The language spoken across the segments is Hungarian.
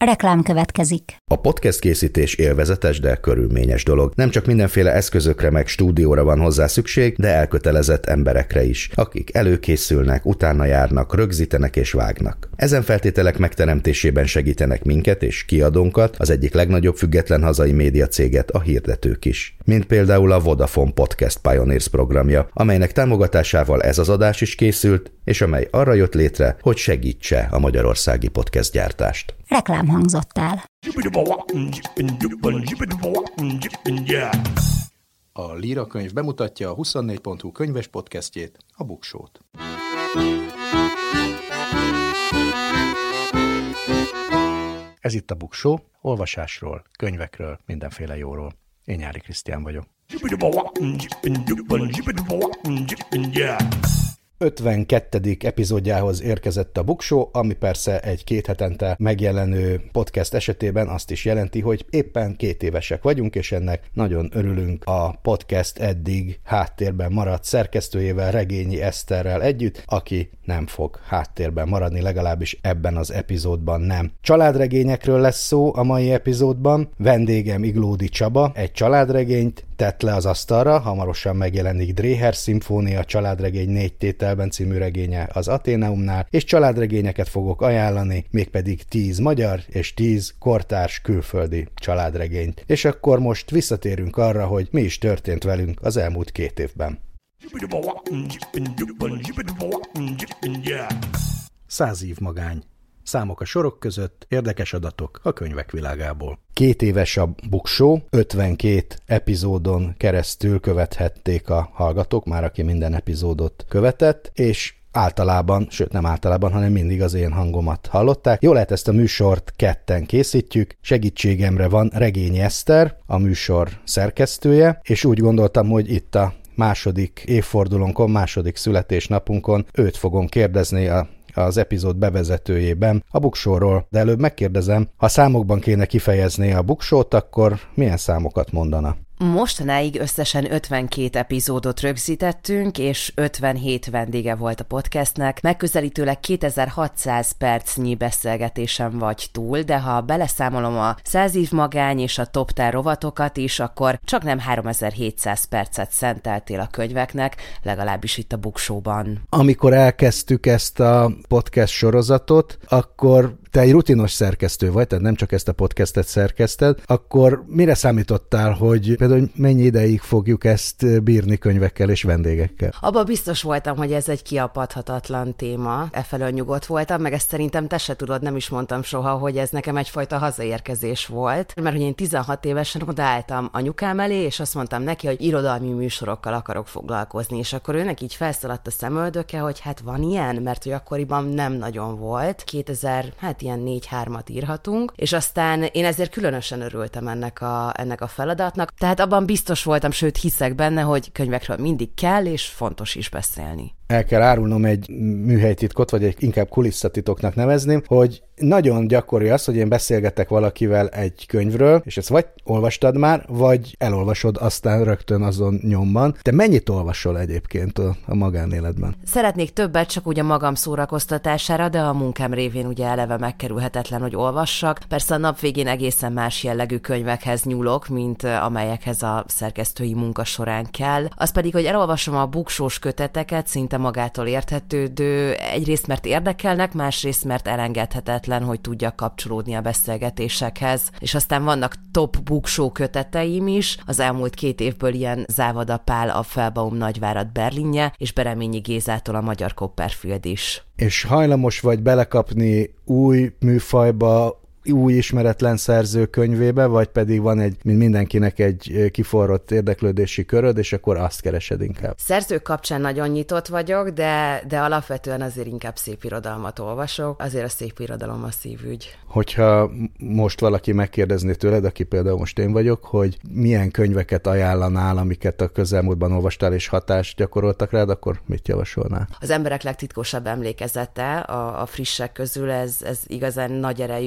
Reklám következik. A podcast készítés élvezetes, de körülményes dolog. Nem csak mindenféle eszközökre meg stúdióra van hozzá szükség, de elkötelezett emberekre is, akik előkészülnek, utána járnak, rögzítenek és vágnak. Ezen feltételek megteremtésében segítenek minket és kiadónkat, az egyik legnagyobb független hazai médiacéget, a hirdetők is. Mint például a Vodafone Podcast Pioneers programja, amelynek támogatásával ez az adás is készült, és amely arra jött létre, hogy segítse a magyarországi podcast gyártást. Reklám hangzott el. A Líra könyv bemutatja a 24.hu könyves podcastjét, a Buksót. Ez itt a Buksó, olvasásról, könyvekről, mindenféle jóról. Én Nyári Krisztián vagyok. 52. epizódjához érkezett a Buksó, ami persze egy 2 hetente megjelenő podcast esetében azt is jelenti, hogy éppen 2 évesek vagyunk, és ennek nagyon örülünk. A podcast eddig háttérben maradt szerkesztőjével, Regényi Eszterrel együtt, aki nem fog háttérben maradni, legalábbis ebben az epizódban nem. Családregényekről lesz szó a mai epizódban. Vendégem Iglódi Csaba egy családregényt tett le az asztalra, hamarosan megjelenik Dréher szimfónia családregény 4 tételben című regénye az Athenaumnál, és családregényeket fogok ajánlani, mégpedig 10 magyar és 10 kortárs külföldi családregényt. És akkor most visszatérünk arra, hogy mi is történt velünk az elmúlt 2 évben. 100 év magány. Számok a sorok között, érdekes adatok a könyvek világából. 2 éves a Buksó, 52 epizódon keresztül követhették a hallgatók, már aki minden epizódot követett, és általában, sőt nem általában, hanem mindig az én hangomat hallották. Jól lehet, ezt a műsort 2-en készítjük, segítségemre van Regényi Eszter, a műsor szerkesztője, és úgy gondoltam, hogy itt a második évfordulónkon, második születésnapunkon őt fogom kérdezni az epizód bevezetőjében a Buksóról, de előbb megkérdezem, ha számokban kéne kifejezni a Buksót, akkor milyen számokat mondana? Mostanáig összesen 52 epizódot rögzítettünk, és 57 vendége volt a podcastnek. Megközelítőleg 2600 percnyi beszélgetésen vagy túl, de ha beleszámolom a 100 év magány és a Top 10 rovatokat is, akkor csak nem 3700 percet szenteltél a könyveknek, legalábbis itt a Buksóban. Amikor elkezdtük ezt a podcast sorozatot, akkor te egy rutinos szerkesztő vagy, tehát nem csak ezt a podcastet szerkeszted, akkor mire számítottál, hogy például mennyi ideig fogjuk ezt bírni könyvekkel és vendégekkel? Abban biztos voltam, hogy ez egy kiapadhatatlan téma. Efelől nyugodt voltam, meg ezt szerintem te se tudod, nem is mondtam soha, hogy ez nekem egyfajta hazaérkezés volt. Mert hogy én 16 évesen odaálltam anyukám elé, és azt mondtam neki, hogy irodalmi műsorokkal akarok foglalkozni, és akkor őnek így felszaladt a szemöldöke, hogy hát van ilyen, mert hogy akkoriban nem nagyon volt. 2000, ilyen 4-3-at írhatunk, és aztán én ezért különösen örültem ennek a feladatnak. Tehát abban biztos voltam, sőt hiszek benne, hogy könyvekről mindig kell, és fontos is beszélni. El kell árulnom egy műhelytitkot, vagy inkább kulisszatitoknak nevezném, hogy nagyon gyakori az, hogy én beszélgetek valakivel egy könyvről, és ezt vagy olvastad már, vagy elolvasod aztán rögtön azon nyomban. Te mennyit olvasol egyébként a magánéletben? Szeretnék többet, csak úgy a magam szórakoztatására, de a munkám révén ugye eleve megkerülhetetlen, hogy olvassak. Persze a nap végén egészen más jellegű könyvekhez nyúlok, mint amelyekhez a szerkesztői munka során kell. Az pedig, hogy elolvasom a buksós köteteket, szinte magától érthetődő, egyrészt mert érdekelnek, másrészt mert elengedhetetlen, hogy tudjak kapcsolódni a beszélgetésekhez. És aztán vannak top buksó köteteim is, az elmúlt 2 évből ilyen Závada Pál, a Felbaum Nagyvárad Berlinje, és Bereményi Gézától a Magyar Copperfield is. És hajlamos vagy belekapni új műfajba, új ismeretlen szerző könyvébe, vagy pedig van mint mindenkinek egy kiforrott érdeklődési köröd, és akkor azt keresed inkább? Szerzők kapcsán nagyon nyitott vagyok, de alapvetően azért inkább szépirodalmat olvasok, azért a szépirodalom a szívügy. Hogyha most valaki megkérdezné tőled, aki például most én vagyok, hogy milyen könyveket ajánlanál, amiket a közelmúltban olvastál és hatást gyakoroltak rád, akkor mit javasolnál? Az emberek legtitkosabb emlékezete a frissek közül, ez igazán nagy erejű és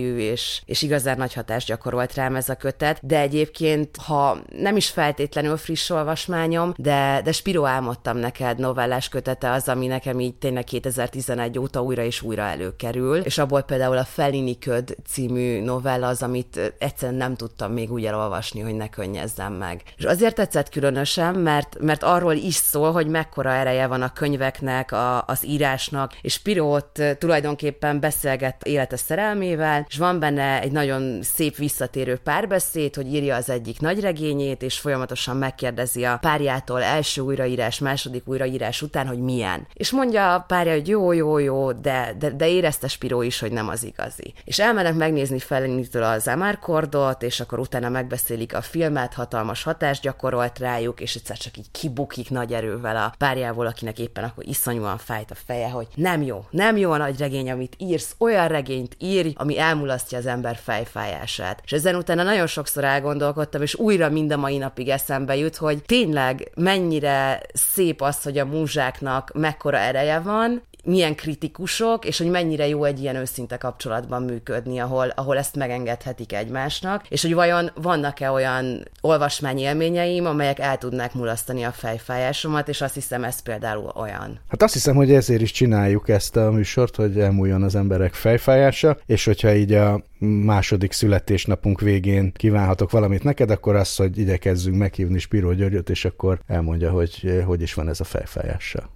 és igazán nagy hatást gyakorolt rám ez a kötet, de egyébként, ha nem is feltétlenül friss olvasmányom, de Spiro Álmodtam neked novellás kötete az, ami nekem így tényleg 2011 óta újra és újra előkerül, és abból például a Fellini Köd című novella az, amit egyszerűen nem tudtam még úgy elolvasni, hogy ne könnyezzem meg. És azért tetszett különösen, mert arról is szól, hogy mekkora ereje van a könyveknek, az írásnak, és Spiro ott tulajdonképpen beszélget élete szerelmével, és van benne egy nagyon szép visszatérő párbeszéd, hogy írja az egyik nagyregényét, és folyamatosan megkérdezi a párjától első újraírás, második újraírás után, hogy milyen. És mondja a párja, hogy jó, de érezte Spiro is, hogy nem az igazi. És elmennek megnézni Fellinitől az Amarkordot, és akkor utána megbeszélik a filmet, hatalmas hatást gyakorolt rájuk, és egyszer csak így kibukik nagy erővel a párjával, akinek éppen akkor iszonyúan fájt a feje, hogy nem jó a nagy regény, amit írsz, olyan regényt írj, ami elmulasztja az ember fejfájását. És ezen utána nagyon sokszor elgondolkodtam, és újra mind a mai napig eszembe jut, hogy tényleg mennyire szép az, hogy a múzsáknak mekkora ereje van, milyen kritikusok, és hogy mennyire jó egy ilyen őszinte kapcsolatban működni, ahol ezt megengedhetik egymásnak, és hogy vajon vannak-e olyan olvasmányélményeim, amelyek el tudnák mulasztani a fejfájásomat, és azt hiszem, ez például olyan. Hát azt hiszem, hogy ezért is csináljuk ezt a műsort, hogy elmúljon az emberek fejfájása, és hogyha így a második születésnapunk végén kívánhatok valamit neked, akkor az, hogy igyekezzünk meghívni Spiro Györgyöt, és akkor elmondja, hogy is van ez a fejfájással.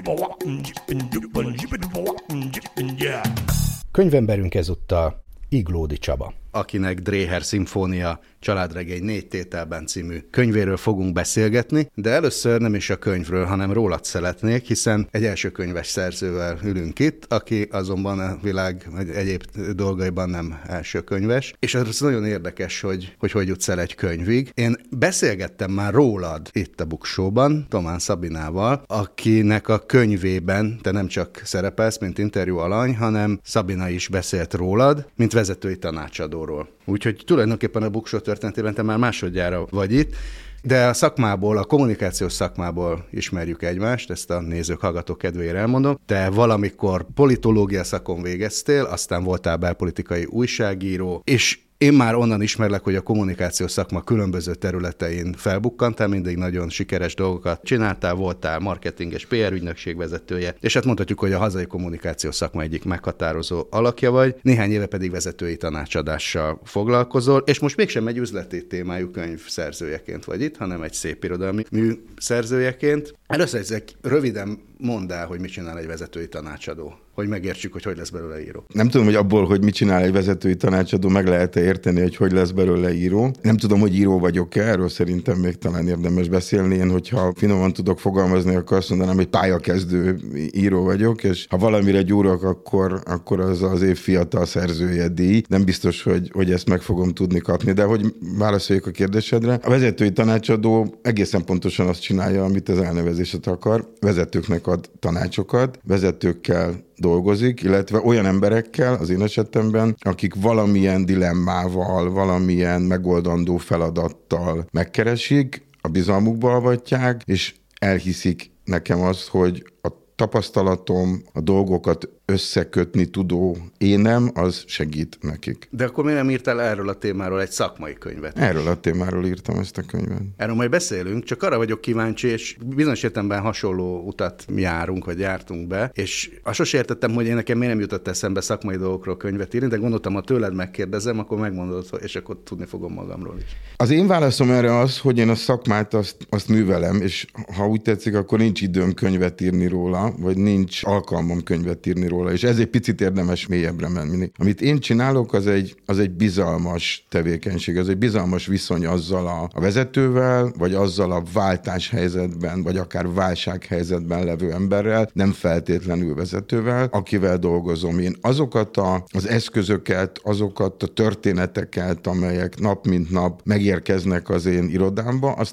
Könyvemberünk ezúttal Iglódi Csaba, akinek Dréher szimfónia családregény 4 tételben című könyvéről fogunk beszélgetni, de először nem is a könyvről, hanem rólad szeretnék, hiszen egy első könyves szerzővel ülünk itt, aki azonban a világ egyéb dolgaiban nem első könyves, és az nagyon érdekes, hogy jutsz el egy könyvig. Én beszélgettem már rólad itt a Buksóban, Tomán Szabinával, akinek a könyvében te nem csak szerepelsz, mint interjú alany, hanem Szabina is beszélt rólad, mint vezetői tanácsadóról. Úgyhogy tulajdonképpen a Buksó történetében te már másodjára vagy itt, de a szakmából, a kommunikációs szakmából ismerjük egymást, ezt a nézők, hallgatók kedvéért elmondom. Te valamikor politológia szakon végeztél, aztán voltál belpolitikai újságíró, és én már onnan ismerlek, hogy a kommunikációs szakma különböző területein felbukkantál, mindig nagyon sikeres dolgokat csináltál, voltál marketinges PR ügynökség vezetője, és hát mondhatjuk, hogy a hazai kommunikációs szakma egyik meghatározó alakja vagy, néhány éve pedig vezetői tanácsadással foglalkozol, és most mégsem egy üzleti témájú könyv szerzőjeként vagy itt, hanem egy szép irodalmi mű szerzőjeként. Először röviden mondd el, hogy mit csinál egy vezetői tanácsadó, hogy megértsük, hogy lesz belőle író. Nem tudom, hogy abból, hogy mit csinál egy vezetői tanácsadó, meg lehet-e érteni, hogy lesz belőle író. Nem tudom, hogy író vagyok-e, erről szerintem még talán érdemes beszélni. Én, hogyha finoman tudok fogalmazni, akkor azt mondanám, hogy pályakezdő író vagyok, és ha valamire gyúrok, akkor az év fiatal szerzője díj. Nem biztos, hogy ezt meg fogom tudni kapni, de hogy válaszoljak a kérdésedre. A vezetői tanácsadó egészen pontosan azt csinálja, amit az elnevezéset akar. Vezetőknek ad tanácsokat, vezetőkkel dolgozik, illetve olyan emberekkel, az én esetemben, akik valamilyen dilemmával, valamilyen megoldandó feladattal megkeresik, a bizalmukba avatják, és elhiszik nekem azt, hogy a tapasztalatom, a dolgokat összekötni tudó énem, az segít nekik. De akkor miért nem írtál erről a témáról egy szakmai könyvet? Erről a témáról írtam ezt a könyvet. Erről majd beszélünk, csak arra vagyok kíváncsi, és bizonyos értelemben hasonló utat járunk, vagy jártunk be, és azt sosem értettem, hogy nekem miért nem jutott eszembe szakmai dolgokról könyvet írni, de gondoltam, ha tőled megkérdezem, akkor megmondod, és akkor tudni fogom magamról is. Az én válaszom erre az, hogy én a szakmát azt művelem, és ha úgy tetszik, akkor nincs időm könyvet írni róla, vagy nincs alkalmam könyvet írni róla, és ez egy picit érdemes mélyebbre menni. Amit én csinálok, az egy bizalmas tevékenység, az egy bizalmas viszony azzal a vezetővel, vagy azzal a váltáshelyzetben, vagy akár válsághelyzetben levő emberrel, nem feltétlenül vezetővel, akivel dolgozom. Én azokat az eszközöket, azokat a történeteket, amelyek nap mint nap megérkeznek az én irodámba, azt én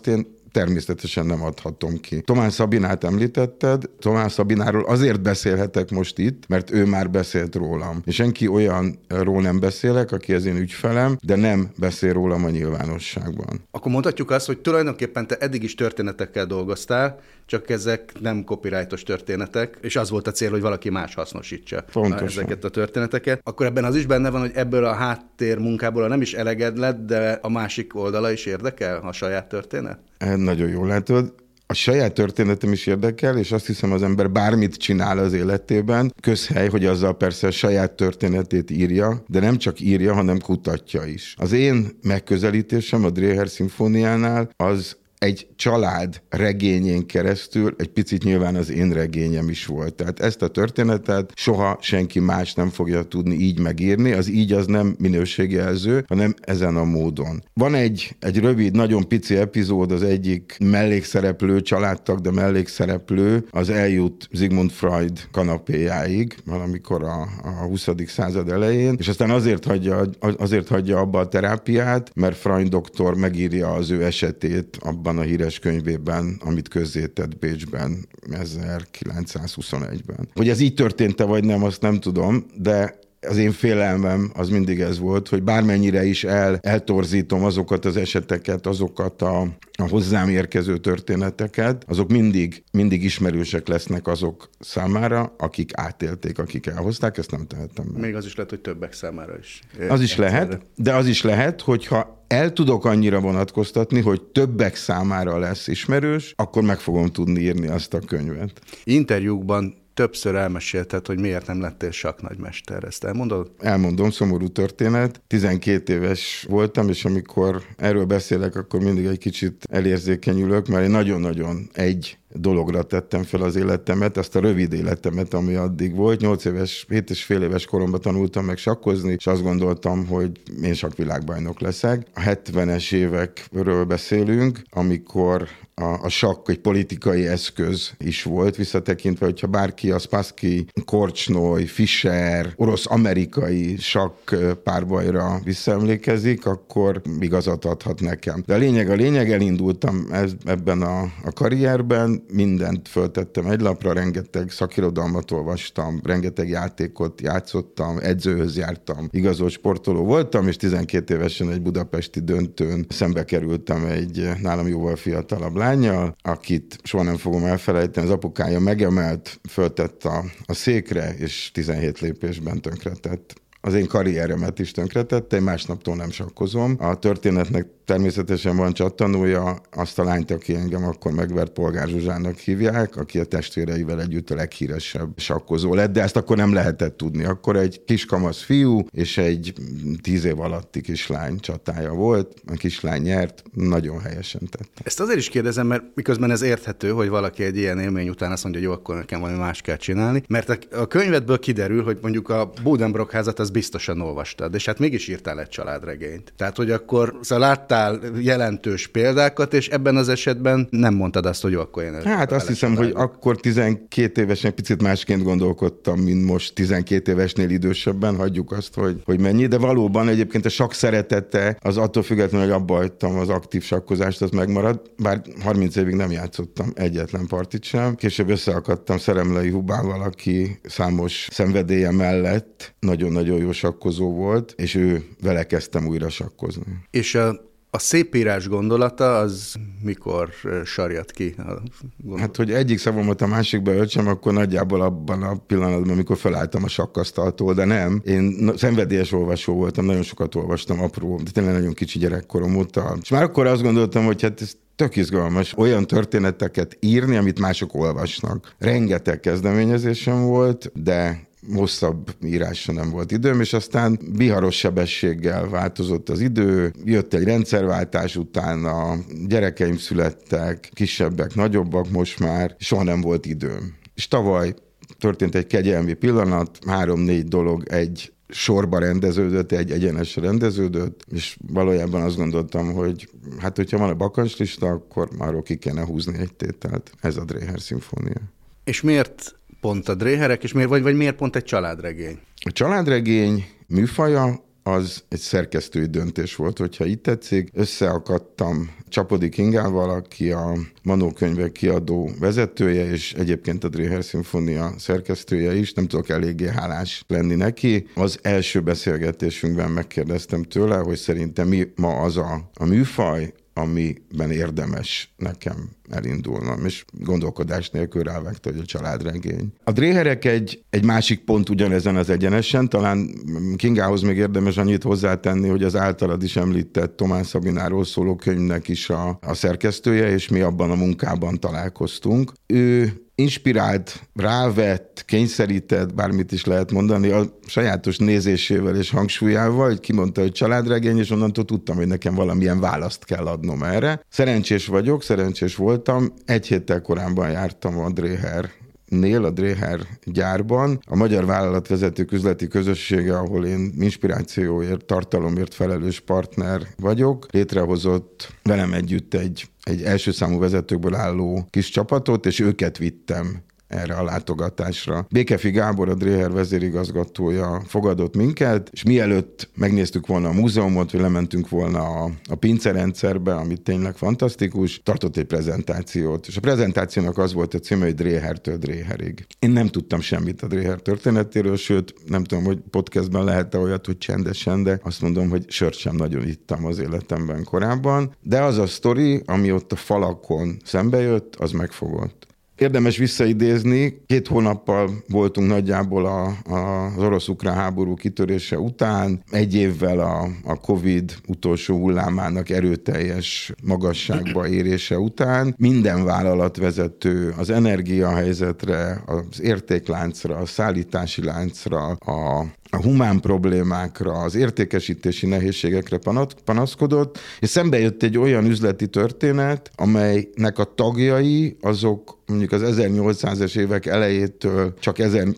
természetesen nem adhatom ki. Tomás Szabinát említetted, Tomás Szabináról azért beszélhetek most itt, mert ő már beszélt rólam. És senki olyanról nem beszélek, aki az én ügyfelem, de nem beszél rólam a nyilvánosságban. Akkor mondhatjuk azt, hogy tulajdonképpen te eddig is történetekkel dolgoztál, csak ezek nem copyrightos történetek, és az volt a cél, hogy valaki más hasznosítsa ezeket a történeteket. Akkor ebben az is benne van, hogy ebből a háttérmunkából nem is eleged lett, de a másik oldala is érdekel, a saját történet? Nagyon jól látod. A saját történetem is érdekel, és azt hiszem, az ember bármit csinál az életében, közhely, hogy azzal persze a saját történetét írja, de nem csak írja, hanem kutatja is. Az én megközelítésem a Dreher szimfóniánál az egy család regényén keresztül egy picit nyilván az én regényem is volt. Tehát ezt a történetet soha senki más nem fogja tudni így megírni, az így az nem minőségjelző, hanem ezen a módon. Van egy rövid, nagyon pici epizód, az egyik mellékszereplő, családtag, de mellékszereplő, az eljut Sigmund Freud kanapéjáig, valamikor a 20. század elején, és aztán azért hagyja abba a terápiát, mert Freud doktor megírja az ő esetét abban a híres könyvében, amit közzétett Bécsben 1921-ben. Hogy ez így történt-e vagy nem, azt nem tudom, de az én félelmem az mindig ez volt, hogy bármennyire is eltorzítom azokat az eseteket, azokat a hozzám érkező történeteket, azok mindig ismerősek lesznek azok számára, akik átélték, akik elhozták, ezt nem tehetem meg. Még az is lehet, hogy többek számára is. Az is lehet, de az is lehet, hogyha el tudok annyira vonatkoztatni, hogy többek számára lesz ismerős, akkor meg fogom tudni írni azt a könyvet. Interjúkban többször elmesélted, hogy miért nem lettél sakknagymester. Ezt elmondod? Elmondom, szomorú történet. 12 éves voltam, és amikor erről beszélek, akkor mindig egy kicsit elérzékenyülök, mert én nagyon-nagyon egy dologra tettem fel az életemet, azt a rövid életemet, ami addig volt. 7 és fél éves koromban tanultam meg sakkozni, és azt gondoltam, hogy én sakkvilágbajnok leszek. A 70-es évekről beszélünk, amikor a sakk egy politikai eszköz is volt, visszatekintve, hogyha bárki a Spassky, Korchnoi, Fischer, orosz-amerikai sakk párbajra visszaemlékezik, akkor igazat adhat nekem. De a lényeg, elindultam ebben a karrierben, mindent föltettem egy lapra, rengeteg szakirodalmat olvastam, rengeteg játékot játszottam, edzőhöz jártam, igazolt sportoló voltam, és 12 évesen egy budapesti döntőn szembe kerültem egy nálam jóval fiatalabb lánnyal, akit soha nem fogom elfelejteni, az apukája megemelt, föltett a székre, és 17 lépésben tönkretett. Az én karrieremet is tönkretette, én másnaptól nem sakkozom. A történetnek természetesen van csattanója, azt a lányt, aki engem akkor megvert, Polgár Zsuzsának hívják, aki a testvéreivel együtt a leghíresebb sakkozó lett, de ezt akkor nem lehetett tudni. Akkor egy kiskamasz fiú és egy 10 év alatti kislány csatája volt. A kislány nyert, nagyon helyesen tette. Ezt azért is kérdezem, mert miközben ez érthető, hogy valaki egy ilyen élmény után azt mondja, hogy jó, akkor nekem valami más kell csinálni, mert a könyvedből kiderül, hogy mondjuk a Buddenbrock házat az biztosan olvastad, és hát mégis írtál egy családregényt. Tehát, hogy akkor láttál jelentős példákat, és ebben az esetben nem mondtad azt, hogy jó, akkor én... Hát azt hiszem, hogy akkor 12 évesen picit másként gondolkodtam, mint most 12 évesnél idősebben, hagyjuk azt, hogy mennyi, de valóban egyébként a sakk szeretete, az attól függetlenül, hogy abba hagytam az aktív sakkozást, az megmaradt, bár 30 évig nem játszottam egyetlen partit sem. Később összeakadtam Szeremlei Hubával, aki számos szenvedélye mellett nagyon-nagyon jó sakkozó volt, és vele kezdtem újra sakkozni. És a szépírás gondolata az mikor sarjad ki? Hát, hogy egyik szavamat a másikba öltsem, akkor nagyjából abban a pillanatban, amikor felálltam a sakkasztaltól, de nem. Én szenvedélyes olvasó voltam, nagyon sokat olvastam, apró, de tényleg nagyon kicsi gyerekkorom óta. És már akkor azt gondoltam, hogy hát ez tök izgalmas olyan történeteket írni, amit mások olvasnak. Rengeteg kezdeményezésem volt, de hosszabb írásra nem volt időm, és aztán viharos sebességgel változott az idő, jött egy rendszerváltás utána, gyerekeim születtek, kisebbek, nagyobbak most már, soha nem volt időm. És tavaly történt egy kegyelmi pillanat, 3-4 dolog egy sorba rendeződött, egy egyenesre rendeződött, és valójában azt gondoltam, hogy hát, hogyha van a bakancslista, akkor arról ki kellene húzni egy tételt. Ez a Dreher szimfónia. És miért pont a Dreherek, és miért pont egy családregény? A családregény műfaja az egy szerkesztői döntés volt, hogyha így tetszik. Összeakadtam Csapodik Ingával, aki a Manó könyvek kiadó vezetője, és egyébként a Dréher Szimfónia szerkesztője is. Nem tudok eléggé hálás lenni neki. Az első beszélgetésünkben megkérdeztem tőle, hogy szerintem mi ma az a műfaj, amiben érdemes nekem elindulnom, és gondolkodás nélkül rávágta, hogy a családregény. A Dréherek egy másik pont ugyanezen az egyenesen, talán Kingához még érdemes annyit hozzátenni, hogy az általad is említett Tomán Szabináról szóló könyvnek is a szerkesztője, és mi abban a munkában találkoztunk. Ő inspirált, rávett, kényszerített, bármit is lehet mondani, a sajátos nézésével és hangsúlyával, hogy kimondta, hogy családregény, és onnantól tudtam, hogy nekem valamilyen választ kell adnom erre. Szerencsés vagyok, szerencsés voltam. Egy héttel korábban jártam a Dréhernél, a Dréher gyárban. A Magyar Vállalatvezetők Üzleti Közössége, ahol én inspirációért, tartalomért felelős partner vagyok, létrehozott velem együtt egy első számú vezetőkből álló kis csapatot, és őket vittem erre a látogatásra. Békefi Gábor, a Dréher vezérigazgatója fogadott minket, és mielőtt megnéztük volna a múzeumot, vagy lementünk volna a pincerendszerbe, ami tényleg fantasztikus, tartott egy prezentációt, és a prezentációnak az volt a címe, hogy Dréhertől Dréherig. Én nem tudtam semmit a Dréher történetéről, sőt, nem tudom, hogy podcastben lehet-e olyat, hogy csendesen, de azt mondom, hogy sört sem nagyon ittam az életemben korábban, de az a sztori, ami ott a falakon szembejött, az megfogott. Érdemes visszaidézni, 2 hónappal voltunk nagyjából az orosz-ukrán háború kitörése után, 1 évvel a Covid utolsó hullámának erőteljes magasságba érése után. Minden vállalatvezető az energiahelyzetre, az értékláncra, a szállítási láncra, a humán problémákra, az értékesítési nehézségekre panaszkodott, és szembe jött egy olyan üzleti történet, amelynek a tagjai azok mondjuk az 1800-es évek elejétől csak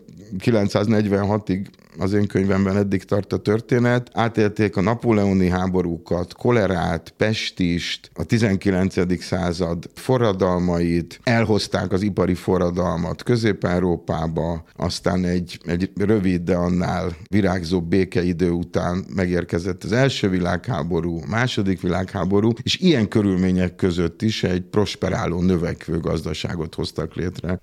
1946-ig az én könyvemben eddig tart a történet, átélték a napóleoni háborúkat, kolerát, pestist, a 19. század forradalmait, elhozták az ipari forradalmat Közép-Európába, aztán egy rövid, de annál virágzó békeidő után megérkezett az első világháború, második világháború, és ilyen körülmények között is egy prosperáló, növekvő gazdaságot hoztak létre.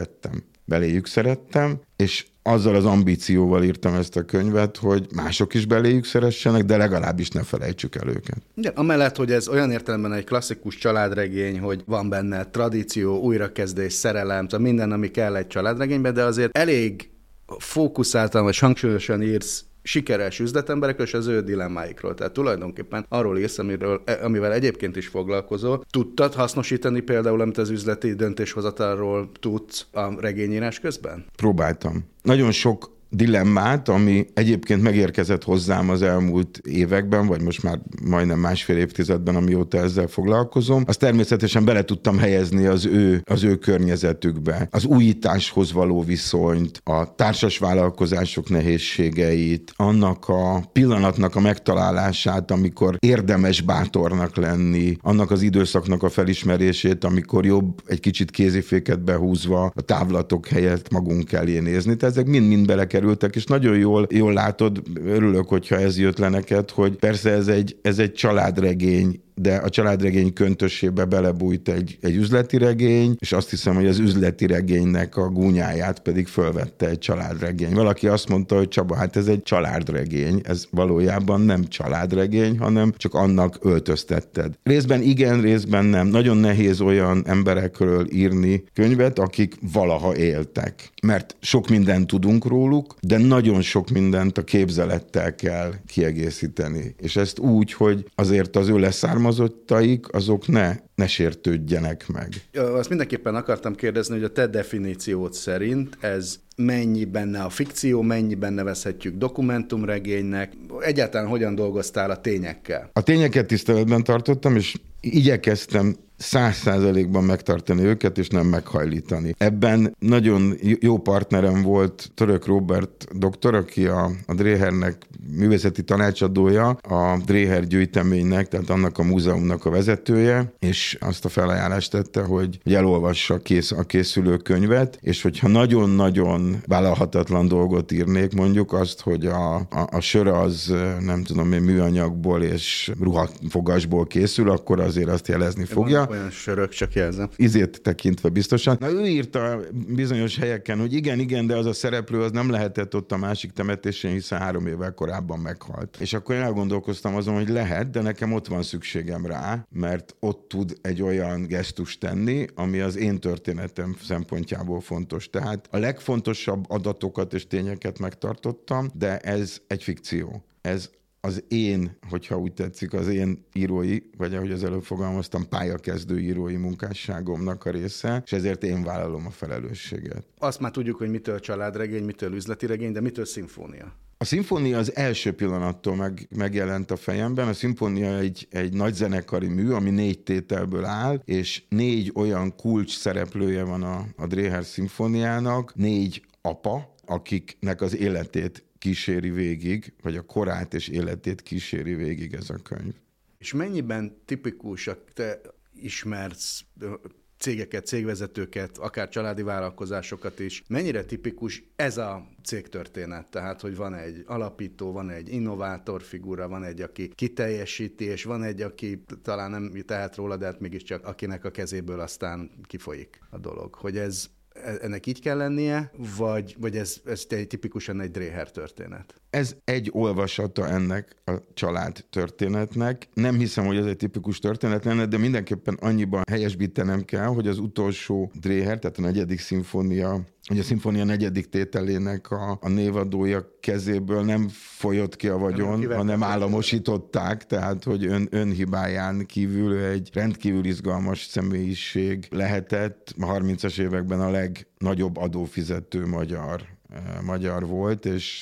Beléjük szerettem, és azzal az ambícióval írtam ezt a könyvet, hogy mások is beléjük szeressenek, de legalábbis ne felejtsük el őket. Igen, amellett, hogy ez olyan értelemben egy klasszikus családregény, hogy van benne tradíció, újrakezdés, szerelem, minden, ami kell egy családregényben, de azért elég fókuszáltan vagy hangsúlyosan írsz sikeres üzletemberekről és az ő dilemmáikról. Tehát tulajdonképpen arról írsz, amivel egyébként is foglalkozol. Tudtad hasznosítani például, amit az üzleti döntéshozatalról tudsz a regényírás közben? Próbáltam. Nagyon sok dilemmát, ami egyébként megérkezett hozzám az elmúlt években, vagy most már majdnem 1,5 évtizedben, amióta ezzel foglalkozom, azt természetesen bele tudtam helyezni az ő környezetükbe. Az újításhoz való viszonyt, a társasvállalkozások nehézségeit, annak a pillanatnak a megtalálását, amikor érdemes bátornak lenni, annak az időszaknak a felismerését, amikor jobb egy kicsit kéziféket behúzva a távlatok helyett magunk elé nézni. Tehát ezek mind belekerültek, és nagyon jól látod, örülök, hogyha ez jött le neked, hogy persze ez egy családregény, de a családregény köntössébe belebújt egy üzleti regény, és azt hiszem, hogy az üzleti regénynek a gúnyáját pedig fölvette egy családregény. Valaki azt mondta, hogy Csaba, hát ez egy családregény, ez valójában nem családregény, hanem csak annak öltöztetted. Részben igen, részben nem. Nagyon nehéz olyan emberekről írni könyvet, akik valaha éltek. Mert sok mindent tudunk róluk, de nagyon sok mindent a képzelettel kell kiegészíteni. És ezt úgy, hogy azért az ő leszármazottaik, azok ne sértődjenek meg. Azt mindenképpen akartam kérdezni, hogy a te definíciód szerint ez mennyi benne a fikció, mennyiben nevezhetjük dokumentumregénynek, egyáltalán hogyan dolgoztál a tényekkel? A tényeket tiszteletben tartottam, és igyekeztem 100%-ban megtartani őket, és nem meghajlítani. Ebben nagyon jó partnerem volt Török Róbert doktor, aki a Dréhernek művészeti tanácsadója, a Dréher gyűjteménynek, tehát annak a múzeumnak a vezetője, és azt a felajánlást tette, hogy elolvassa a készülő könyvet, és hogyha nagyon-nagyon vállalhatatlan dolgot írnék, mondjuk azt, hogy a sör az nem tudom én műanyagból és ruhafogasból készül, akkor azért azt jelezni fogja. Olyan sörök, csak jelzem. Izét tekintve biztosan. Na, ő írta bizonyos helyeken, hogy igen, de az a szereplő az nem lehetett ott a másik temetésén, hiszen 3 évvel korábban meghalt. És akkor én elgondolkoztam azon, hogy lehet, de nekem ott van szükségem rá, mert ott tud egy olyan gesztust tenni, ami az én történetem szempontjából fontos. Tehát a legfontosabb adatokat és tényeket megtartottam, de ez egy fikció. Ez az én, hogyha úgy tetszik, az én írói, vagy ahogy az előbb fogalmaztam, pályakezdő írói munkásságomnak a része, és ezért én vállalom a felelősséget. Azt már tudjuk, hogy mitől családregény, mitől üzleti regény, de mitől szimfónia? A szimfónia az első pillanattól megjelent a fejemben. A szimfónia egy nagy zenekari mű, ami 4 tételből áll, és 4 olyan kulcs szereplője van a Dréher szimfóniának, 4 apa, akiknek az életét kíséri végig, vagy a korát és életét kíséri végig ez a könyv. És mennyiben tipikus, te ismersz cégeket, cégvezetőket, akár családi vállalkozásokat is, mennyire tipikus ez a cégtörténet? Tehát, hogy van egy alapító, van egy innovátor figura, van egy, aki kiteljesíti, és van egy, aki talán nem tehet róla, de hát mégiscsak akinek a kezéből aztán kifolyik a dolog. Hogy ennek így kell lennie, vagy ez tipikusan egy Dréher történet? Ez egy olvasata ennek a család történetnek. Nem hiszem, hogy ez egy tipikus történet lenne, de mindenképpen annyiban helyesbítenem kell, hogy az utolsó Dréher, tehát a 4. szimfónia, hogy a szimfónia 4. tételének a névadója kezéből nem folyott ki a vagyon, hanem államosították, tehát hogy önhibáján kívül egy rendkívül izgalmas személyiség lehetett. A 30-as években a legnagyobb adófizető magyar volt, és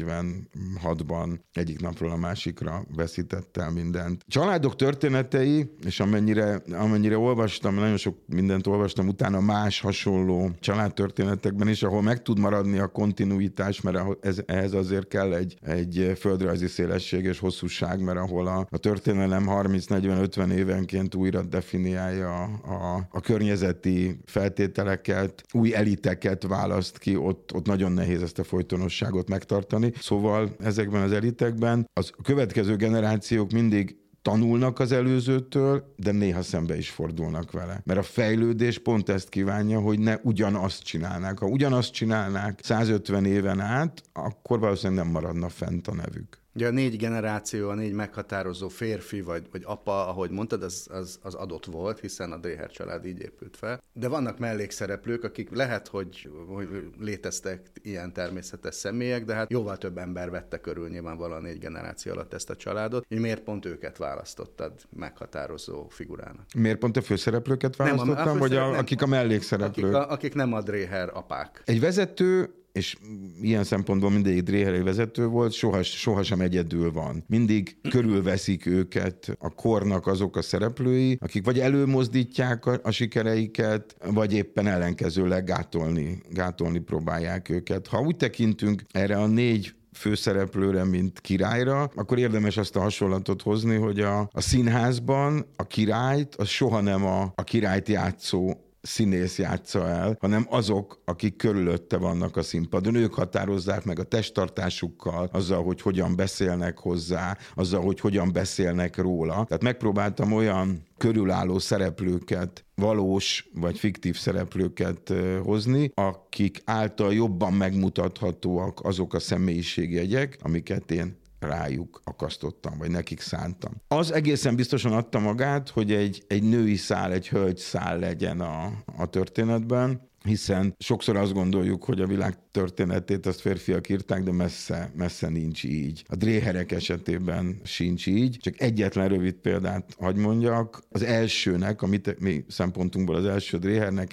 46-ban egyik napról a másikra veszített el mindent. Családok történetei, és amennyire olvastam, nagyon sok mindent olvastam utána más hasonló családtörténetekben is, ahol meg tud maradni a kontinuitás, mert ehhez azért kell egy földrajzi szélesség és hosszúság, mert ahol a történelem 30-40-50 évenként újra definiálja a környezeti feltételeket, új eliteket választ ki, ott nagyon nehéz ezt a folytonosságot megtartani. Szóval ezekben az elitekben a következő generációk mindig tanulnak az előzőtől, de néha szembe is fordulnak vele. Mert a fejlődés pont ezt kívánja, hogy ne ugyanazt csinálnák. Ha ugyanazt csinálnák 150 éven át, akkor valószínűleg nem maradna fent a nevük. Ugye a 4 generáció, a 4 meghatározó férfi vagy apa, ahogy mondtad, az adott volt, hiszen a Dréher család így épült fel. De vannak mellékszereplők, akik lehet, hogy léteztek ilyen természetes személyek, de hát jóval több ember vette körül nyilvánvalóan a 4 generáció alatt ezt a családot. Miért pont őket választottad meghatározó figurának? Miért pont a főszereplőket választottam, vagy akik a mellékszereplők? Akik nem a Dréher apák. Egy vezető, és ilyen szempontból mindegyik Dréher vezető volt, sohasem egyedül van. Mindig körülveszik őket a kornak azok a szereplői, akik vagy előmozdítják a sikereiket, vagy éppen ellenkezőleg gátolni próbálják őket. Ha úgy tekintünk erre a 4 főszereplőre, mint királyra, akkor érdemes azt a hasonlatot hozni, hogy a színházban a királyt, az soha nem a királyt játszó színész játsza el, hanem azok, akik körülötte vannak a színpadon. Ők határozzák meg a testtartásukkal, azzal, hogy hogyan beszélnek hozzá, azzal, hogy hogyan beszélnek róla. Tehát megpróbáltam olyan körülálló szereplőket, valós vagy fiktív szereplőket hozni, akik által jobban megmutathatóak azok a személyiségjegyek, amiket én rájuk akasztottam, vagy nekik szántam. Az egészen biztosan adta magát, hogy egy női szál, egy hölgy szál legyen a történetben, hiszen sokszor azt gondoljuk, hogy a világ történetét azt férfiak írták, de messze nincs így. A dréherek esetében sincs így. Csak egyetlen rövid példát hadd mondjak. Az elsőnek, a mi szempontunkból az első dréhernek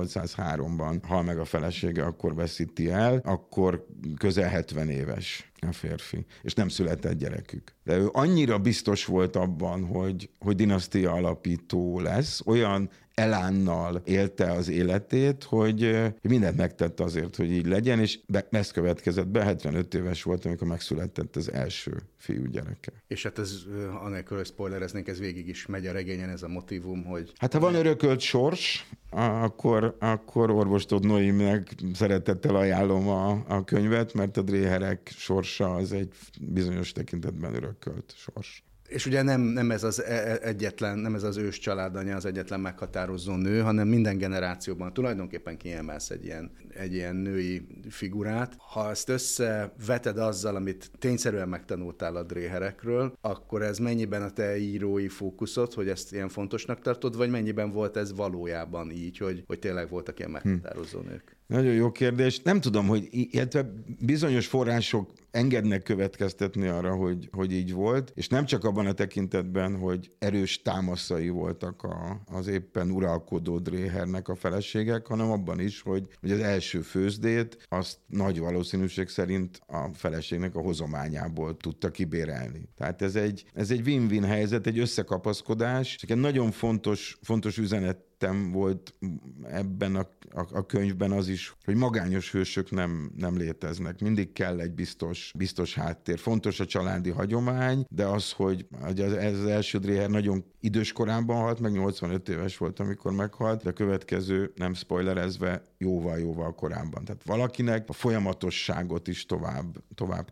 1803-ban hal meg a felesége, akkor veszíti el, akkor közel 70 éves a férfi, és nem született gyerekük. De ő annyira biztos volt abban, hogy dinasztia alapító lesz, olyan elánnal élte az életét, hogy mindent megtett azért, hogy így legyen, és ez következett be, 75 éves volt, amikor megszületett az első fiúgyereke. És hát ez, anélkül, hogy spoilereznénk, ez végig is megy a regényen, ez a motívum, hogy... Hát ha van örökölt sors, akkor Orvostóth Noéminek szeretettel ajánlom a könyvet, mert a dréherek sorsa az egy bizonyos tekintetben örökölt sors. És ugye nem ez az egyetlen, nem ez az ős családanya az egyetlen meghatározó nő, hanem minden generációban tulajdonképpen kiemelsz egy ilyen női figurát. Ha ezt összeveted azzal, amit tényszerűen megtanultál a dréherekről, akkor ez mennyiben a te írói fókuszod, hogy ezt ilyen fontosnak tartod, vagy mennyiben volt ez valójában így, hogy tényleg voltak ilyen meghatározó nők? Nagyon jó kérdés. Nem tudom, hogy bizonyos források engednek következtetni arra, hogy így volt, és nem csak abban a tekintetben, hogy erős támaszai voltak az éppen uralkodó dréhernek a feleségek, hanem abban is, hogy az első főzdét azt nagy valószínűség szerint a feleségnek a hozományából tudta kibérelni. Tehát ez egy win-win helyzet, egy összekapaszkodás, és egy nagyon fontos üzenet volt ebben a könyvben az is, hogy magányos hősök nem léteznek. Mindig kell egy biztos háttér. Fontos a családi hagyomány, de az, hogy ez az első dréher nagyon idős korában halt, meg 85 éves volt, amikor meghalt, de a következő, nem spoilerezve, jóval korábban. Tehát valakinek a folyamatosságot is tovább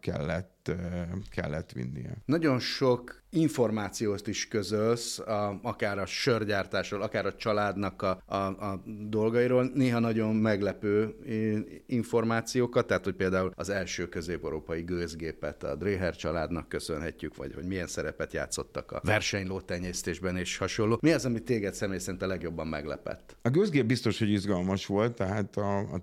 kellett vinnie. Nagyon sok információt is közölsz, akár a sörgyártásról, akár a családnak a dolgairól, néha nagyon meglepő információkat, tehát hogy például az első közép-európai gőzgépet a Dréher családnak köszönhetjük, vagy hogy milyen szerepet játszottak a versenylótenyésztésben és hasonló. Mi az, ami téged személy szerint a legjobban meglepett? A gőzgép biztos, hogy izgalmas volt, tehát a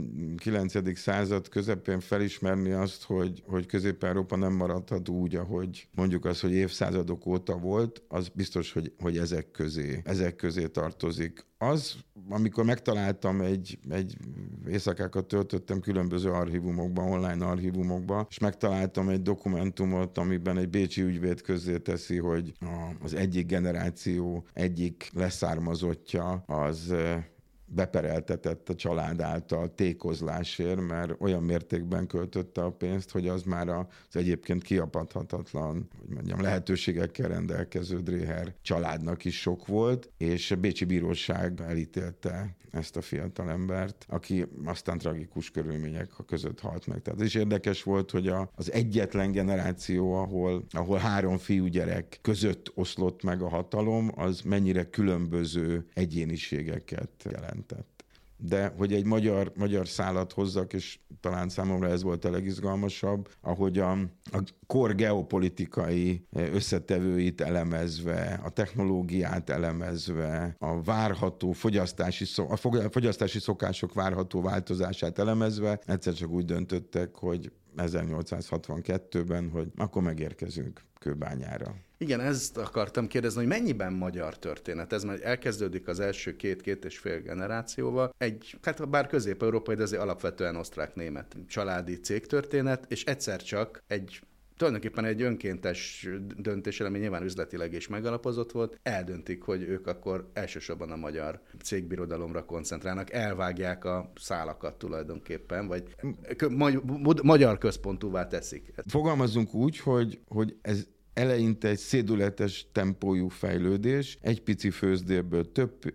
19. század közepén felismerni azt, hogy Közép-Európa nem maradhat úgy, ahogy mondjuk az, hogy évszázadok óta volt, az biztos, hogy ezek közé tartozik. Az, amikor megtaláltam egy éjszakákat töltöttem különböző archívumokban, online archívumokban, és megtaláltam egy dokumentumot, amiben egy bécsi ügyvéd közzéteszi, hogy az egyik generáció egyik leszármazottja az bepereltetett a család által tékozlásért, mert olyan mértékben költötte a pénzt, hogy az már az egyébként kiapadhatatlan, hogy mondjam, lehetőségekkel rendelkező Dréher családnak is sok volt, és a bécsi bíróság elítélte ezt a fiatalembert, aki aztán tragikus körülmények között halt meg. Tehát ez is érdekes volt, hogy az egyetlen generáció, ahol 3 fiúgyerek között oszlott meg a hatalom, az mennyire különböző egyéniségeket jelent. De hogy egy magyar szálat hozzak, és talán számomra ez volt a legizgalmasabb, ahogy a kor geopolitikai összetevőit elemezve, a technológiát elemezve, a várható fogyasztási szokások várható változását elemezve, egyszer csak úgy döntöttek, hogy 1862-ben, hogy akkor megérkezünk Kőbányára. Igen, ezt akartam kérdezni, hogy mennyiben magyar történet? Ez már elkezdődik az első 2,5 generációval. Hát bár közép-európai, de azért alapvetően osztrák-német családi cégtörténet, és egyszer csak tulajdonképpen egy önkéntes döntés, ami nyilván üzletileg is megalapozott volt, eldöntik, hogy ők akkor elsősorban a magyar cégbirodalomra koncentrálnak, elvágják a szálakat tulajdonképpen, vagy magyar központúvá teszik. Fogalmazzunk úgy, hogy ez eleinte egy szédületes tempójú fejlődés, egy pici főzdéből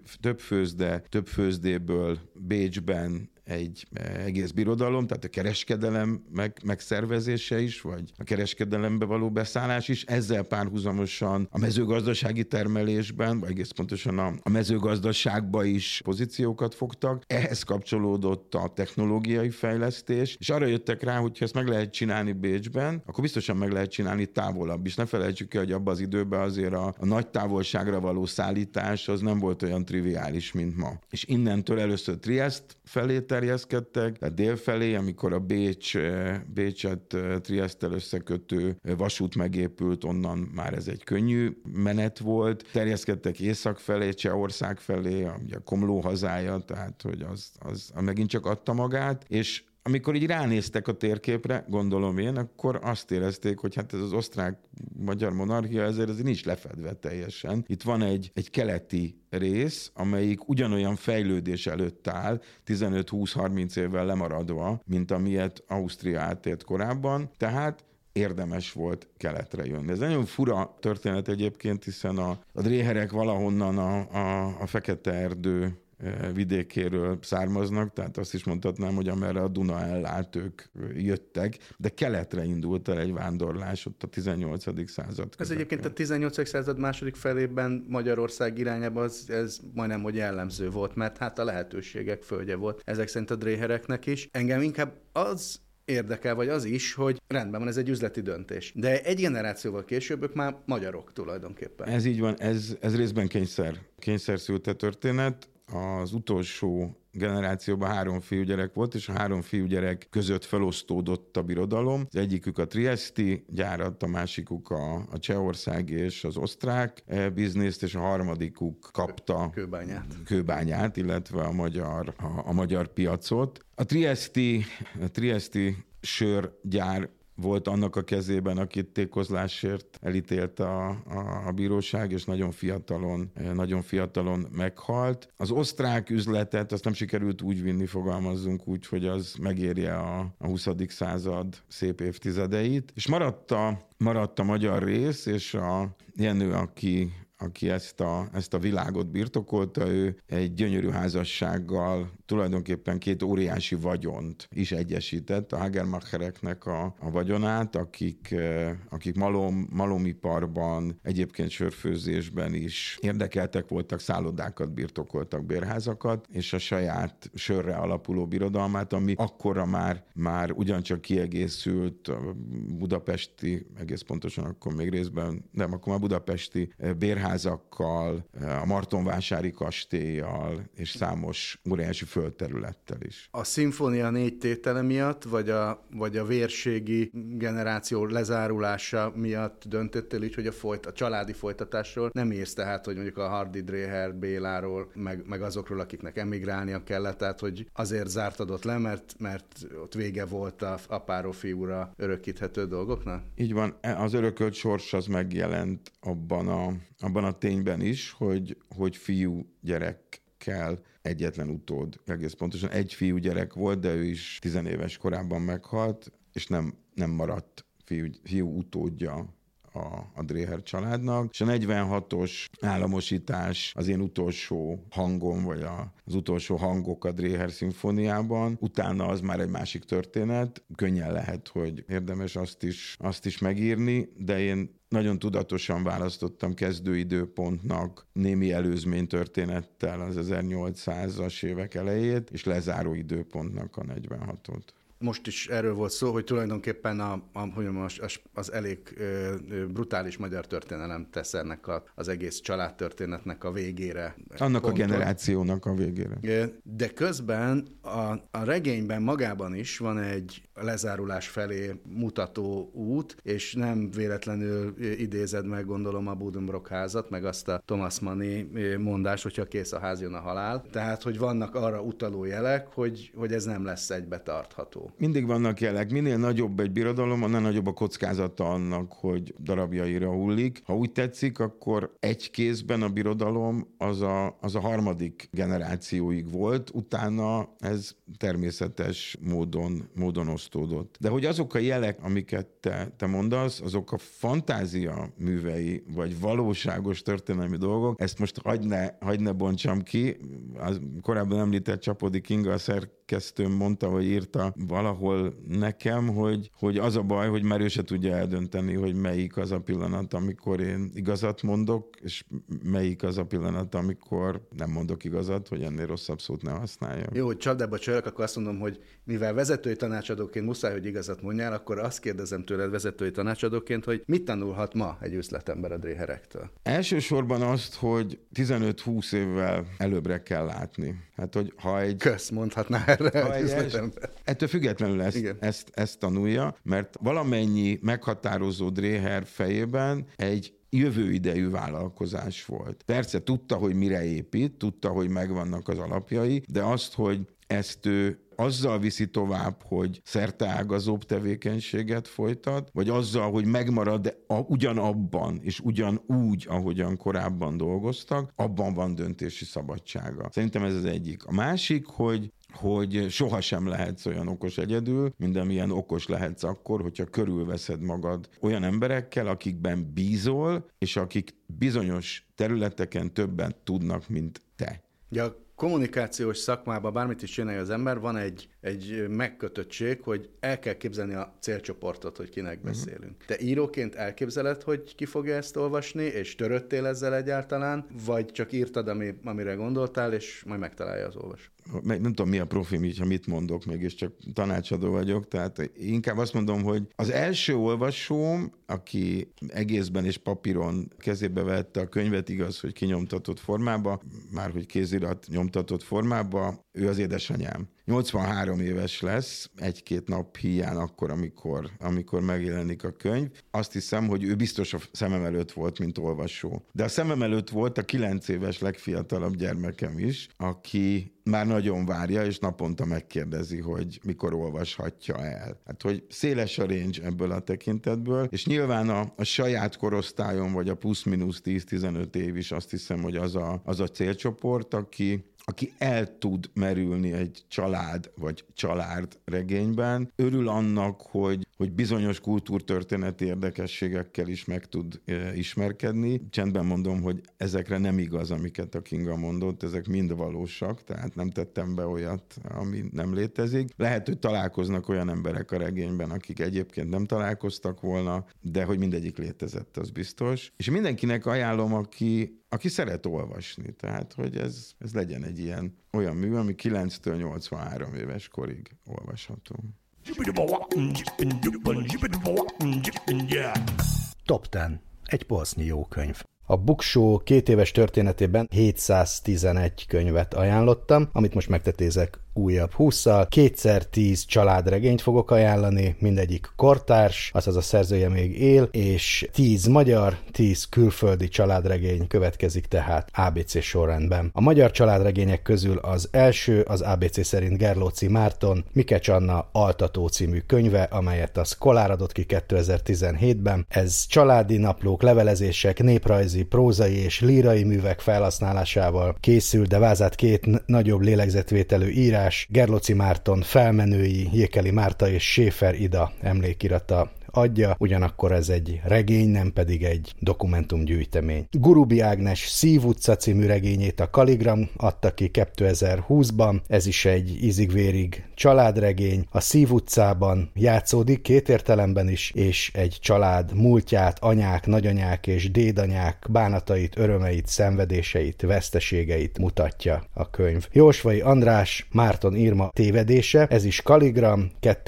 több főzdéből Bécsben egy egész birodalom, tehát a kereskedelem megszervezése is, vagy a kereskedelembe való beszállás is, ezzel párhuzamosan a mezőgazdasági termelésben, vagy egész pontosan a mezőgazdaságba is pozíciókat fogtak. Ehhez kapcsolódott a technológiai fejlesztés, és arra jöttek rá, hogy ha ezt meg lehet csinálni Bécsben, akkor biztosan meg lehet csinálni távolabb is. Ne felejtsük el, hogy abban az időben azért a nagy távolságra való szállítás az nem volt olyan triviális, mint ma. És innentől először Triest felé terjeszkedtek, tehát dél felé, amikor a Bécset Trieszttel összekötő vasút megépült, onnan már ez egy könnyű menet volt. Terjeszkedtek észak felé, Csehország felé, a Komló hazája, tehát hogy az megint csak adta magát, és amikor így ránéztek a térképre, gondolom én, akkor azt érezték, hogy hát ez az osztrák-magyar monarchia ezért nincs lefedve teljesen. Itt van egy keleti rész, amelyik ugyanolyan fejlődés előtt áll, 15-20-30 évvel lemaradva, mint amilyet Ausztria átélt korábban, tehát érdemes volt keletre jönni. Ez nagyon fura történet egyébként, hiszen a dréherek valahonnan a Fekete-erdő vidékéről származnak, tehát azt is mondhatnám, hogy amerre a Duna ellát, ők jöttek, de keletre indult el egy vándorlás ott a 18. század. Ez egyébként a 18. század második felében Magyarország irányában ez majdnem, hogy jellemző volt, mert hát a lehetőségek földje volt ezek szerint a dréhereknek is. Engem inkább az érdekel, vagy az is, hogy rendben van, ez egy üzleti döntés. De egy generációval később ők már magyarok tulajdonképpen. Ez így van, ez részben kényszer szülte történet. Az utolsó generációban 3 fiúgyerek volt, és a 3 fiúgyerek között felosztódott a birodalom. Az egyikük a trieszti gyárat, a másikuk a csehország és az osztrák bizniszt, és a harmadikuk kapta Kőbányát, illetve a magyar piacot. A trieszti sörgyár volt annak a kezében, akit tékozlásért elítélt a bíróság, és nagyon fiatalon meghalt. Az osztrák üzletet azt nem sikerült úgy vinni, fogalmazzunk úgy, hogy az megérje a 20. század szép évtizedeit, és maradt a magyar rész, és a Jenő, aki ezt a világot birtokolta, ő egy gyönyörű házassággal tulajdonképpen 2 óriási vagyont is egyesített, a Hagermachereknek a vagyonát, akik malomiparban, egyébként sörfőzésben is érdekeltek voltak, szállodákat birtokoltak, bérházakat, és a saját sörre alapuló birodalmát, ami akkorra már ugyancsak kiegészült budapesti, egész pontosan akkor még részben, nem, akkor már budapesti bérházakkal, a Martonvásári kastéllyal és számos óriási földterülettel is. A szimfónia 4 tétele miatt, vagy a vérségi generáció lezárulása miatt döntöttél így, hogy a családi folytatásról nem írsz, tehát, hogy mondjuk a Hardy Dréher Béláról, meg azokról, akiknek emigrálnia kellett, tehát, hogy azért zártad ott le, mert ott vége volt a apáról fiúra örökíthető dolgoknak? Így van, az örökölt sors az megjelent abban a tényben is, hogy fiú gyerekkel egyetlen utód. Egész pontosan egy fiúgyerek volt, de ő is 10 éves korában meghalt, és nem maradt fiú utódja a Dréher családnak, és a 46-os államosítás az én utolsó hangom, vagy az utolsó hangok a Dréher szimfóniában, utána az már egy másik történet, könnyen lehet, hogy érdemes azt is megírni, de én nagyon tudatosan választottam kezdőidőpontnak némi előzménytörténettel az 1800-as évek elejét, és lezáró időpontnak a 46-ot. Most is erről volt szó, hogy tulajdonképpen az elég brutális magyar történelem tesz ennek az egész családtörténetnek a végére. Annak pontot. A generációnak a végére. De közben a regényben magában is van egy lezárulás felé mutató út, és nem véletlenül idézed meg, gondolom, a Buddenbrock házat, meg azt a Thomas Manni mondást, hogyha kész a ház, jön a halál. Tehát, hogy vannak arra utaló jelek, hogy ez nem lesz egybetartható. Mindig vannak jelek. Minél nagyobb egy birodalom, annál nagyobb a kockázata annak, hogy darabjaira hullik. Ha úgy tetszik, akkor egy kézben a birodalom az a harmadik generációig volt, utána ez természetes módon osztódott. De hogy azok a jelek, amiket te mondasz, azok a fantázia művei, vagy valóságos történelmi dolgok, ezt most hagy ne bontsam ki. Az korábban említett Csapodi Kinga, a szerkesztőm mondta, hogy írta valahol nekem, hogy az a baj, hogy már ő se tudja eldönteni, hogy melyik az a pillanat, amikor én igazat mondok, és melyik az a pillanat, amikor nem mondok igazat, hogy ennél rosszabb szót ne használjam. Jó, hogy csapdába csörök, akkor azt mondom, hogy mivel vezetői tanácsadóként muszáj, hogy igazat mondjál, akkor azt kérdezem tőled vezetői tanácsadóként, hogy mit tanulhat ma egy üzletember a dréherektől? Elsősorban azt, hogy 15-20 évvel előbbre kell látni. Hát, hogy ha egy... Kösz, mondhatná erre egy üzletember. Ettől függetlenül ezt tanulja, mert valamennyi meghatározó dréher fejében egy jövőidejű vállalkozás volt. Persze tudta, hogy mire épít, tudta, hogy megvannak az alapjai, de azt, hogy ezt ő azzal viszi tovább, hogy szerteágazóbb tevékenységet folytat, vagy azzal, hogy megmarad ugyanabban és ugyanúgy, ahogyan korábban dolgoztak, abban van döntési szabadsága. Szerintem ez az egyik. A másik, hogy sohasem lehetsz olyan okos egyedül, mint amilyen okos lehetsz akkor, hogyha körülveszed magad olyan emberekkel, akikben bízol, és akik bizonyos területeken többen tudnak, mint te. Ja, kommunikációs szakmában bármit is csinálja az ember, van egy megkötöttség, hogy el kell képzelni a célcsoportot, hogy kinek beszélünk. Te íróként elképzeled, hogy ki fogja ezt olvasni, és törődtél ezzel egyáltalán, vagy csak írtad, amire gondoltál, és majd megtalálja az olvasó? Nem tudom, mi a profim így, ha mit mondok, mégiscsak tanácsadó vagyok, tehát inkább azt mondom, hogy az első olvasóm, aki egészben és papíron kezébe vette a könyvet, igaz, hogy kinyomtatott formába, már hogy kézirat nyomtatott formába, ő az édesanyám. 83 éves lesz, 1-2 nap híján akkor, amikor megjelenik a könyv. Azt hiszem, hogy ő biztos a szemem előtt volt, mint olvasó. De a szemem előtt volt a 9 éves legfiatalabb gyermekem is, aki már nagyon várja, és naponta megkérdezi, hogy mikor olvashatja el. Hát, hogy széles a range ebből a tekintetből, és nyilván a saját korosztályon, vagy a plusz-minusz 10-15 év is azt hiszem, hogy az a célcsoport, aki el tud merülni egy család vagy család regényben, örül annak, hogy bizonyos kultúrtörténeti érdekességekkel is meg tud ismerkedni. Csendben mondom, hogy ezekre nem igaz, amiket a Kinga mondott, ezek mind valósak, tehát nem tettem be olyat, ami nem létezik. Lehet, hogy találkoznak olyan emberek a regényben, akik egyébként nem találkoztak volna, de hogy mindegyik létezett, az biztos. És mindenkinek ajánlom, aki szeret olvasni, tehát hogy ez legyen egy olyan mű, ami 9-től 83 éves korig olvasható. Top 10. Egy polsznyi jó könyv. A Bookshow 2 éves történetében 711 könyvet ajánlottam, amit most megtetézek újabb 20-szal. 2x10 családregényt fogok ajánlani, mindegyik kortárs, azaz a szerzője még él, és 10 magyar, 10 külföldi családregény következik tehát ABC sorrendben. A magyar családregények közül az első az ABC szerint Gerlóci Márton Mikecs Anna Altató című könyve, amelyet a Szkolár adott ki 2017-ben. Ez családi naplók, levelezések, néprajzi, prózai és lírai művek felhasználásával készül, de vázát 2 nagyobb lélegzetvételű írás, Gerlóci Márton felmenői, Jékeli Márta és Schäfer Ida emlékirata adja, ugyanakkor ez egy regény, nem pedig egy dokumentumgyűjtemény. Gurubi Ágnes Szív utca című regényét a Kaligram adta ki 2020-ban, ez is egy ízig-vérig családregény. A Szív utcában játszódik 2 értelemben is, és egy család múltját, anyák, nagyanyák és dédanyák bánatait, örömeit, szenvedéseit, veszteségeit mutatja a könyv. Jósvai András Márton Irma tévedése, ez is Kaligram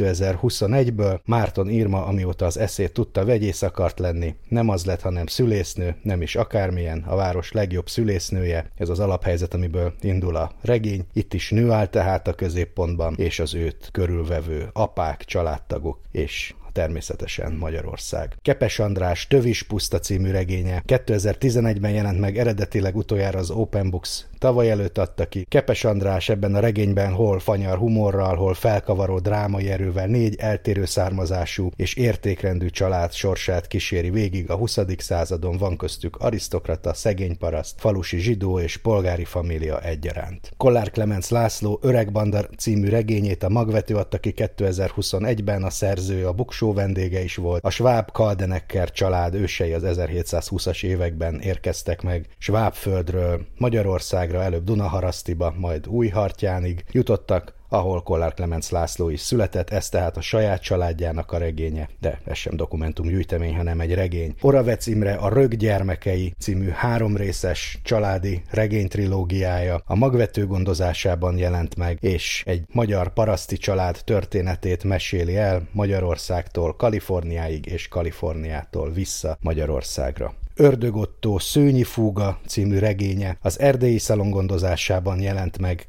2021-ből. Márton Irma, amióta az eszét tudta, vegyész akart lenni. Nem az lett, hanem szülésznő, nem is akármilyen, a város legjobb szülésznője. Ez az alaphelyzet, amiből indul a regény. Itt is nő áll tehát a középpontban, és az őt körülvevő apák, családtagok, és természetesen Magyarország. Kepes András Tövis puszta című regénye 2011-ben jelent meg, eredetileg utoljára az Open Books tavaly előtt adta ki. Kepes András ebben a regényben hol fanyar humorral, hol felkavaró drámai erővel 4 eltérő származású és értékrendű család sorsát kíséri végig a 20. századon, van köztük arisztokrata, szegény paraszt, falusi zsidó és polgári família egyaránt. Kollár Klemenc László Öregbanda című regényét a Magvető adta ki 2021-ben, a szerző a Bookshow vendége is volt. A Schwab Kaldenecker család ősei az 1720-as években érkeztek meg Schwabföldről Magyarországra, előbb Dunaharasztiba, majd Újhartyánig jutottak, ahol Kollár Klemenc László is született, ez tehát a saját családjának a regénye, de ez sem dokumentumgyűjtemény, hanem egy regény. Oravec Imre a Rög gyermekei című 3 részes családi regénytrilógiája a Magvető gondozásában jelent meg, és egy magyar paraszti család történetét meséli el Magyarországtól Kaliforniáig és Kaliforniától vissza Magyarországra. Ördög Ottó Szőnyi fúga című regénye az Erdélyi Szalon gondozásában jelent meg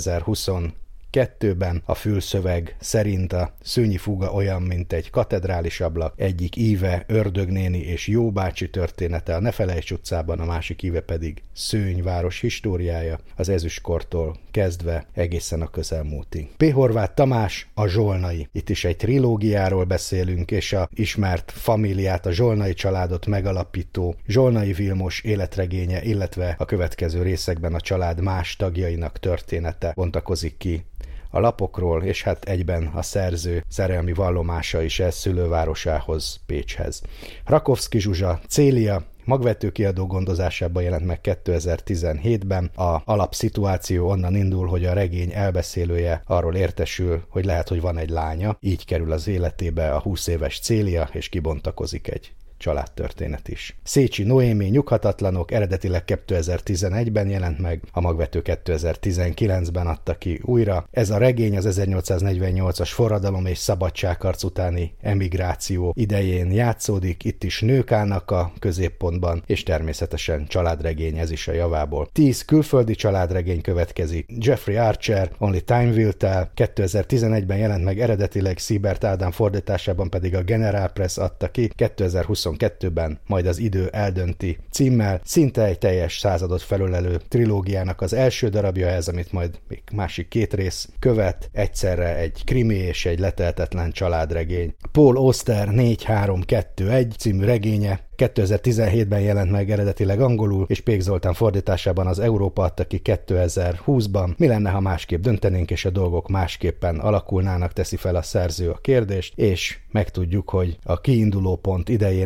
2022-ben. A fülszöveg szerint a Szőnyi fúga olyan, mint egy katedrális ablak, egyik íve Ördögnéni és Jó bácsi története a Nefelejts utcában, a másik íve pedig Szőny város históriája, az ezüstkortól kezdve egészen a közelmúltig. P. Horváth Tamás a Zsolnai. Itt is egy trilógiáról beszélünk, és a ismert famíliát, a Zsolnai családot megalapító Zsolnai Vilmos életregénye, illetve a következő részekben a család más tagjainak története bontakozik ki a lapokról, és hát egyben a szerző szerelmi vallomása is ez szülővárosához, Pécshez. Rakovszky Zsuzsa Célia Magvető kiadó gondozásában jelent meg 2017-ben. A alapszituáció onnan indul, hogy a regény elbeszélője arról értesül, hogy lehet, hogy van egy lánya, így kerül az életébe a 20 éves Célia, és kibontakozik egy családtörténet is. Szécsi Noémi Nyughatatlanok eredetileg 2011-ben jelent meg, a Magvető 2019-ben adta ki újra. Ez a regény az 1848-as forradalom és szabadságharc utáni emigráció idején játszódik, itt is nők állnak a középpontban, és természetesen családregény ez is a javából. 10 külföldi családregény következik. Jeffrey Archer, Only Time Will Tell, 2011-ben jelent meg eredetileg, Siebert Ádám fordításában pedig a General Press adta ki, 2022-ben majd az idő eldönti címmel, szinte egy teljes századot felölelő trilógiának az első darabja ez, amit majd még másik 2 rész követ, egyszerre egy krimi és egy leteltetlen családregény. Paul Auster 4-3-2-1 című regénye 2017-ben jelent meg eredetileg angolul, és Pék Zoltán fordításában az Európa adta ki 2020-ban. Mi lenne, ha másképp döntenénk, és a dolgok másképpen alakulnának, teszi fel a szerző a kérdést, és megtudjuk, hogy a kiinduló pont idején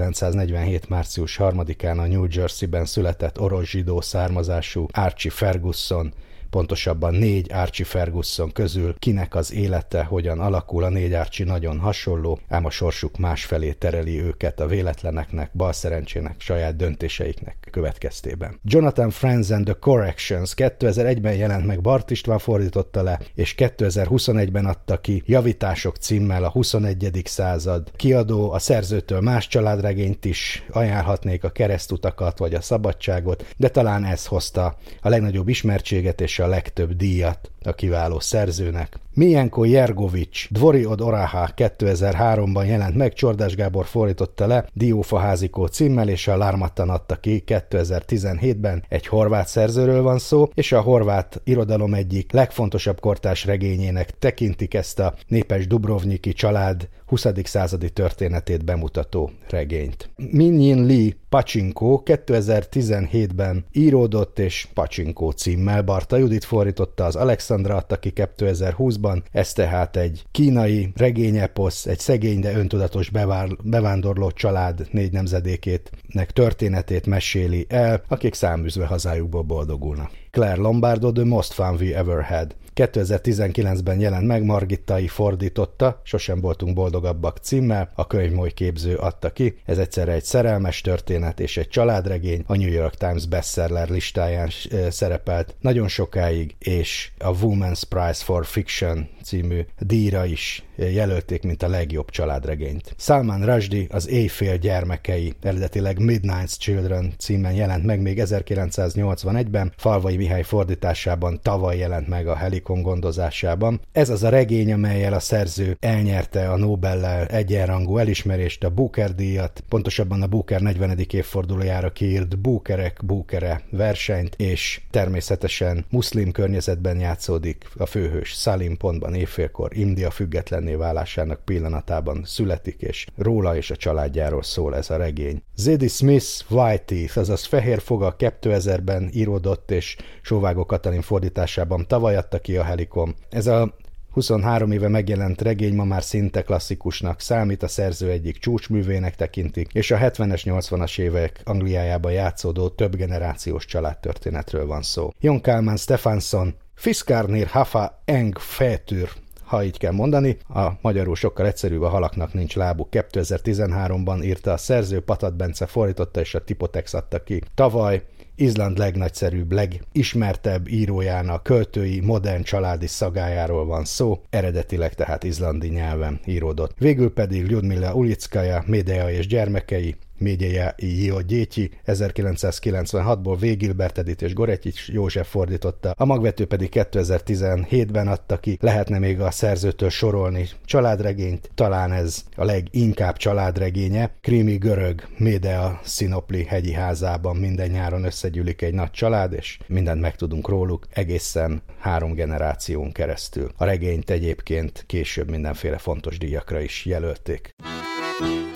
1947. március 3-án a New Jersey-ben született orosz zsidó származású Archie Ferguson, pontosabban 4 Archie Ferguson közül kinek az élete hogyan alakul. A 4 Archie nagyon hasonló, ám a sorsuk másfelé tereli őket a véletleneknek, balszerencsének, saját döntéseiknek következtében. Jonathan Franzen and the Corrections 2001-ben jelent meg, Bart István fordította le, és 2021-ben adta ki Javítások címmel a 21. század kiadó. A szerzőtől más családregényt is ajánlhatnék, a Keresztutakat vagy a Szabadságot, de talán ez hozta a legnagyobb ismertséget és a legtöbb díjat a kiváló szerzőnek. Mijenko Jergovics Dvori od Oraha 2003-ban jelent meg, Csordás Gábor fordította le, Diófaházikó címmel, és a Lármattan adta ki 2017-ben. Egy horvát szerzőről van szó, és a horvát irodalom egyik legfontosabb kortárs regényének tekintik ezt a népes dubrovniki család 20. századi történetét bemutató regényt. Min-Yin Lee Pacsinko 2017-ben íródott, és Pacsinko címmel Barta Judit fordította, az Alexandra adta ki 2020-ban. Ez tehát egy kínai regényeposz, egy szegény, de öntudatos bevándorló család 4 nemzedékének történetét meséli el, akik száműzve hazájukból boldogulnak. Claire Lombardo The Most Fun We Ever Had 2019-ben jelent meg, Margittai fordította, Sosem voltunk boldogabbak címmel, a Könyvmoly képző adta ki. Ez egyszerre egy szerelmes történet és egy családregény, a New York Times bestseller listáján szerepelt nagyon sokáig, és a Women's Prize for Fiction című díjra is jelölték, mint a legjobb családregényt. Salman Rushdie Az éjfél gyermekei, eredetileg Midnight's Children címen jelent meg még 1981-ben, Falvai Mihály fordításában tavaly jelent meg a Helikon gondozásában. Ez az a regény, amellyel a szerző elnyerte a Nobel-lel egyenrangú elismerést, a Booker-díjat, pontosabban a Booker 40. évfordulójára kiírt Bookerek Bookere versenyt, és természetesen muszlim környezetben játszódik. A főhős Salim pontban éjfélkor India függetlenné válásának pillanatában születik, és róla és a családjáról szól ez a regény. Zadie Smith White Teeth, azaz Fehér foga 2000-ben íródott, és Sóvágó Katalin fordításában tavaly adta ki a Helikon. Ez a 23 éve megjelent regény ma már szinte klasszikusnak számít, a szerző egyik csúcsművének tekintik, és a 70-es, 80-as évek Angliájában játszódó több generációs családtörténetről van szó. Jon Kalman Stefansson Fiskárnir hafa eng fejtűr, ha így kell mondani, a magyarul sokkal egyszerűbb, a halaknak nincs lábuk. 2013-ban írta a szerző, Patat Bence fordította, és a Tipotex adta ki. Tavaly Izland legnagyszerűbb, legismertebb írójának költői, modern családi szagájáról van szó, eredetileg tehát izlandi nyelven íródott. Végül pedig Ljudmila Ulickaja, Médeia és gyermekei, Médeia i Jó Gyétyi, 1996-ból Végilbert Edith és Goretyics József fordította, a magvető pedig 2017-ben adta ki. Lehetne még a szerzőtől sorolni családregényt, talán ez a leginkább családregénye. Krími görög Médea Szinopli hegyi házában minden nyáron összegyűlik egy nagy család, és mindent megtudunk róluk egészen 3 generáción keresztül. A regényt egyébként később mindenféle fontos díjakra is jelölték.